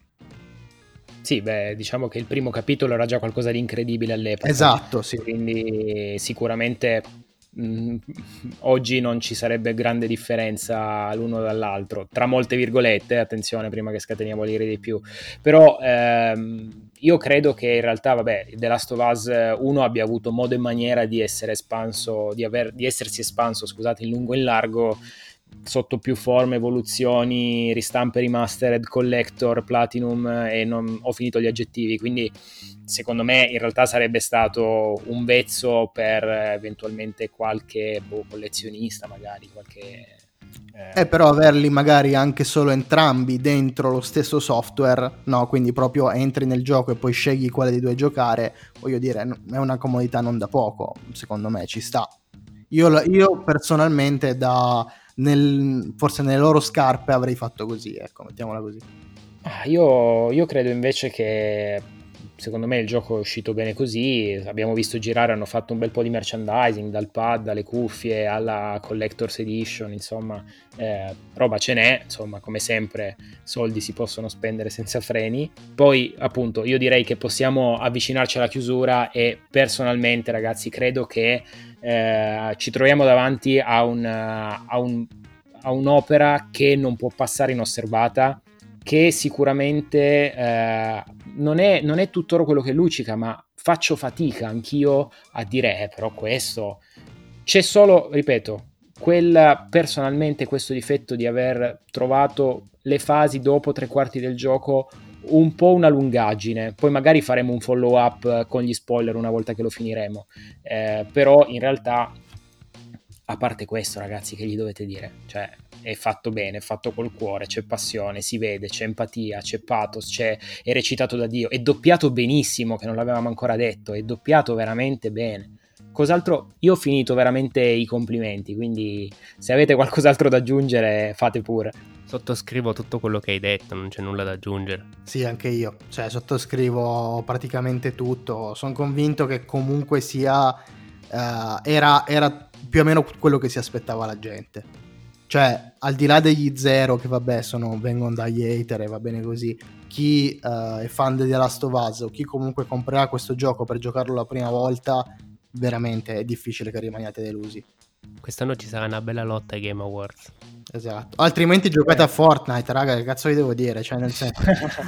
Sì, beh, diciamo che il primo capitolo era già qualcosa di incredibile all'epoca. Esatto, sì. Quindi sicuramente mh, oggi non ci sarebbe grande differenza l'uno dall'altro, tra molte virgolette, attenzione prima che scateniamo l'ire di più. Però ehm, io credo che in realtà, vabbè, The Last of Us uno abbia avuto modo e maniera di essere espanso, di, aver, di essersi espanso, scusate, in lungo e in largo, sotto più forme, evoluzioni, ristampe, remastered, collector, platinum, e non ho finito gli aggettivi, quindi secondo me in realtà sarebbe stato un vezzo per eventualmente qualche boh, collezionista, magari qualche eh... eh però averli magari anche solo entrambi dentro lo stesso software, no, quindi proprio entri nel gioco e poi scegli quale dei due giocare, voglio dire, è una comodità non da poco, secondo me ci sta. Io, io personalmente da nel, forse nelle loro scarpe avrei fatto così, ecco, mettiamola così. Io, io credo invece che secondo me il gioco è uscito bene così, abbiamo visto girare, hanno fatto un bel po' di merchandising, dal pad alle cuffie alla Collector's Edition, insomma eh, roba ce n'è, insomma come sempre soldi si possono spendere senza freni. Poi appunto io direi che possiamo avvicinarci alla chiusura e personalmente ragazzi credo che eh, ci troviamo davanti a, un, a, un, a un'opera che non può passare inosservata, che sicuramente eh, non è, non è tutt'oro quello che luccica, ma faccio fatica anch'io a dire eh, però questo c'è solo, ripeto, quella personalmente questo difetto di aver trovato le fasi dopo tre quarti del gioco un po' una lungaggine. Poi magari faremo un follow up con gli spoiler una volta che lo finiremo, eh, però in realtà a parte questo, ragazzi, che gli dovete dire? Cioè, è fatto bene, è fatto col cuore, c'è passione, si vede, c'è empatia, c'è pathos, c'è, è recitato da Dio, è doppiato benissimo, che non l'avevamo ancora detto, è doppiato veramente bene. Cos'altro? Io ho finito veramente i complimenti, quindi se avete qualcos'altro da aggiungere fate pure. Sottoscrivo tutto quello che hai detto, non c'è nulla da aggiungere. Sì, anche io, cioè sottoscrivo praticamente tutto, sono convinto che comunque sia uh, era, era più o meno quello che si aspettava la gente, cioè al di là degli zero che vabbè sono, vengono dagli hater e va bene così, chi uh, è fan di The Last of Us o chi comunque comprerà questo gioco per giocarlo la prima volta, veramente è difficile che rimaniate delusi. Quest'anno ci sarà una bella lotta ai Game Awards. Esatto, altrimenti giocate a Fortnite, raga, che cazzo vi devo dire, cioè nel senso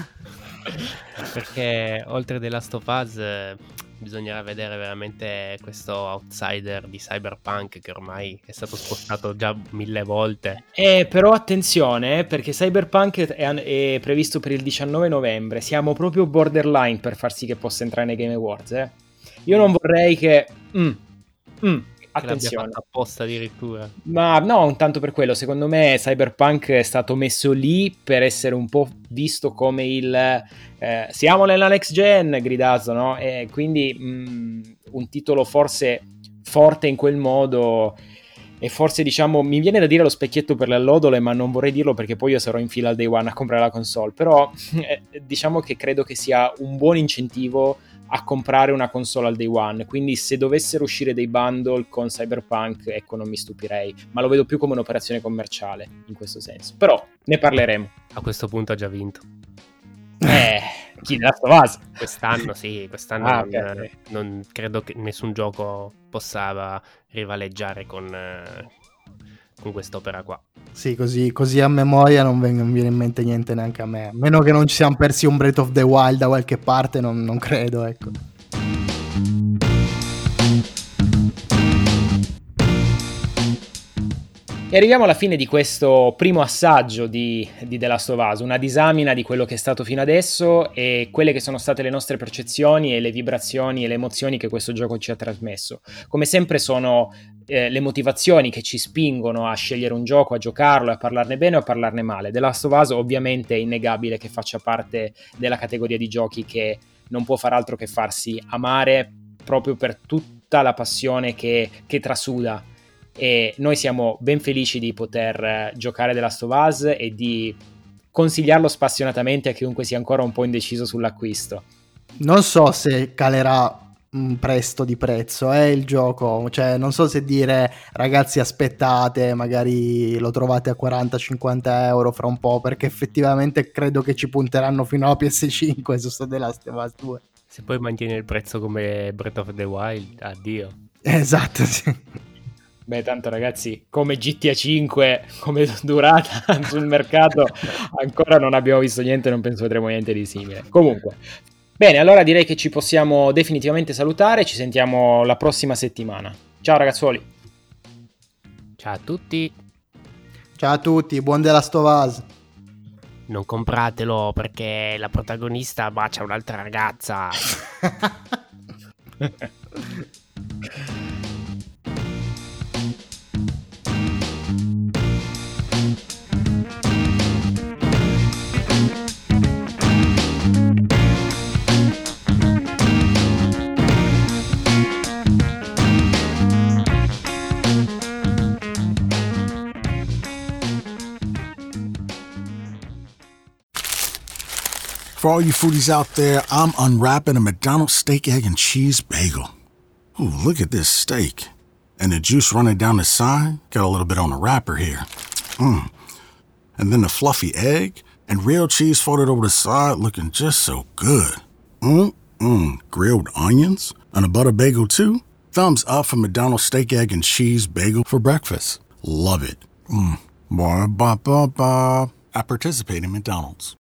perché oltre The Last of Us eh, bisognerà vedere veramente questo outsider di Cyberpunk che ormai è stato spostato già mille volte. Eh, però attenzione, perché Cyberpunk è, è previsto per il diciannove novembre, siamo proprio borderline per far sì che possa entrare nei Game Awards, eh. Io non vorrei che... Mm, mm. Attenzione, apposta addirittura. Ma no, un tanto per quello. Secondo me Cyberpunk è stato messo lì per essere un po' visto come il eh, siamo nella next gen, gridato, no? E quindi mh, un titolo forse forte in quel modo. E forse, diciamo, mi viene da dire lo specchietto per le allodole, ma non vorrei dirlo perché poi io sarò in fila al day one a comprare la console. Però eh, diciamo che credo che sia un buon incentivo a comprare una console al day one, quindi se dovessero uscire dei bundle con Cyberpunk, ecco, non mi stupirei, ma lo vedo più come un'operazione commerciale in questo senso, però ne parleremo. A questo punto ha già vinto. Eh, chi The Last of Us? Quest'anno sì, quest'anno ah, non, okay. non credo che nessun gioco possa rivaleggiare con, con quest'opera qua. Sì, così, così a memoria non, venga, non viene in mente niente neanche a me. A meno che non ci siamo persi un Breath of the Wild da qualche parte, non, non credo, ecco. E arriviamo alla fine di questo primo assaggio di, di The Last of Us, una disamina di quello che è stato fino adesso e quelle che sono state le nostre percezioni e le vibrazioni e le emozioni che questo gioco ci ha trasmesso. Come sempre sono eh, le motivazioni che ci spingono a scegliere un gioco, a giocarlo, a parlarne bene o a parlarne male. The Last of Us ovviamente è innegabile che faccia parte della categoria di giochi che non può far altro che farsi amare proprio per tutta la passione che, che trasuda. E noi siamo ben felici di poter giocare The Last of Us e di consigliarlo spassionatamente a chiunque sia ancora un po' indeciso sull'acquisto. Non so se calerà presto di prezzo è eh, il gioco, cioè non so se dire ragazzi aspettate, magari lo trovate a quaranta cinquanta euro fra un po', perché effettivamente credo che ci punteranno fino alla P S cinque su sto The Last of Us due. Se poi mantiene il prezzo come Breath of the Wild, addio. Esatto, sì. Beh, tanto ragazzi, come G T A cinque, come durata sul mercato, ancora non abbiamo visto niente, non penso vedremo niente di simile. Comunque, bene, allora direi che ci possiamo definitivamente salutare, ci sentiamo la prossima settimana. Ciao ragazzuoli. Ciao a tutti. Ciao a tutti, buon The Last of Us. Non compratelo perché la protagonista bacia un'altra ragazza. For all you foodies out there, I'm unwrapping a McDonald's steak, egg, and cheese bagel. Ooh, look at this steak. And the juice running down the side. Got a little bit on the wrapper here. Mmm. And then the fluffy egg and real cheese folded over the side looking just so good. Mmm-mmm. Grilled onions and a butter bagel too. Thumbs up for McDonald's steak, egg, and cheese bagel for breakfast. Love it. Mmm. Ba-ba-ba-ba. At participating McDonald's.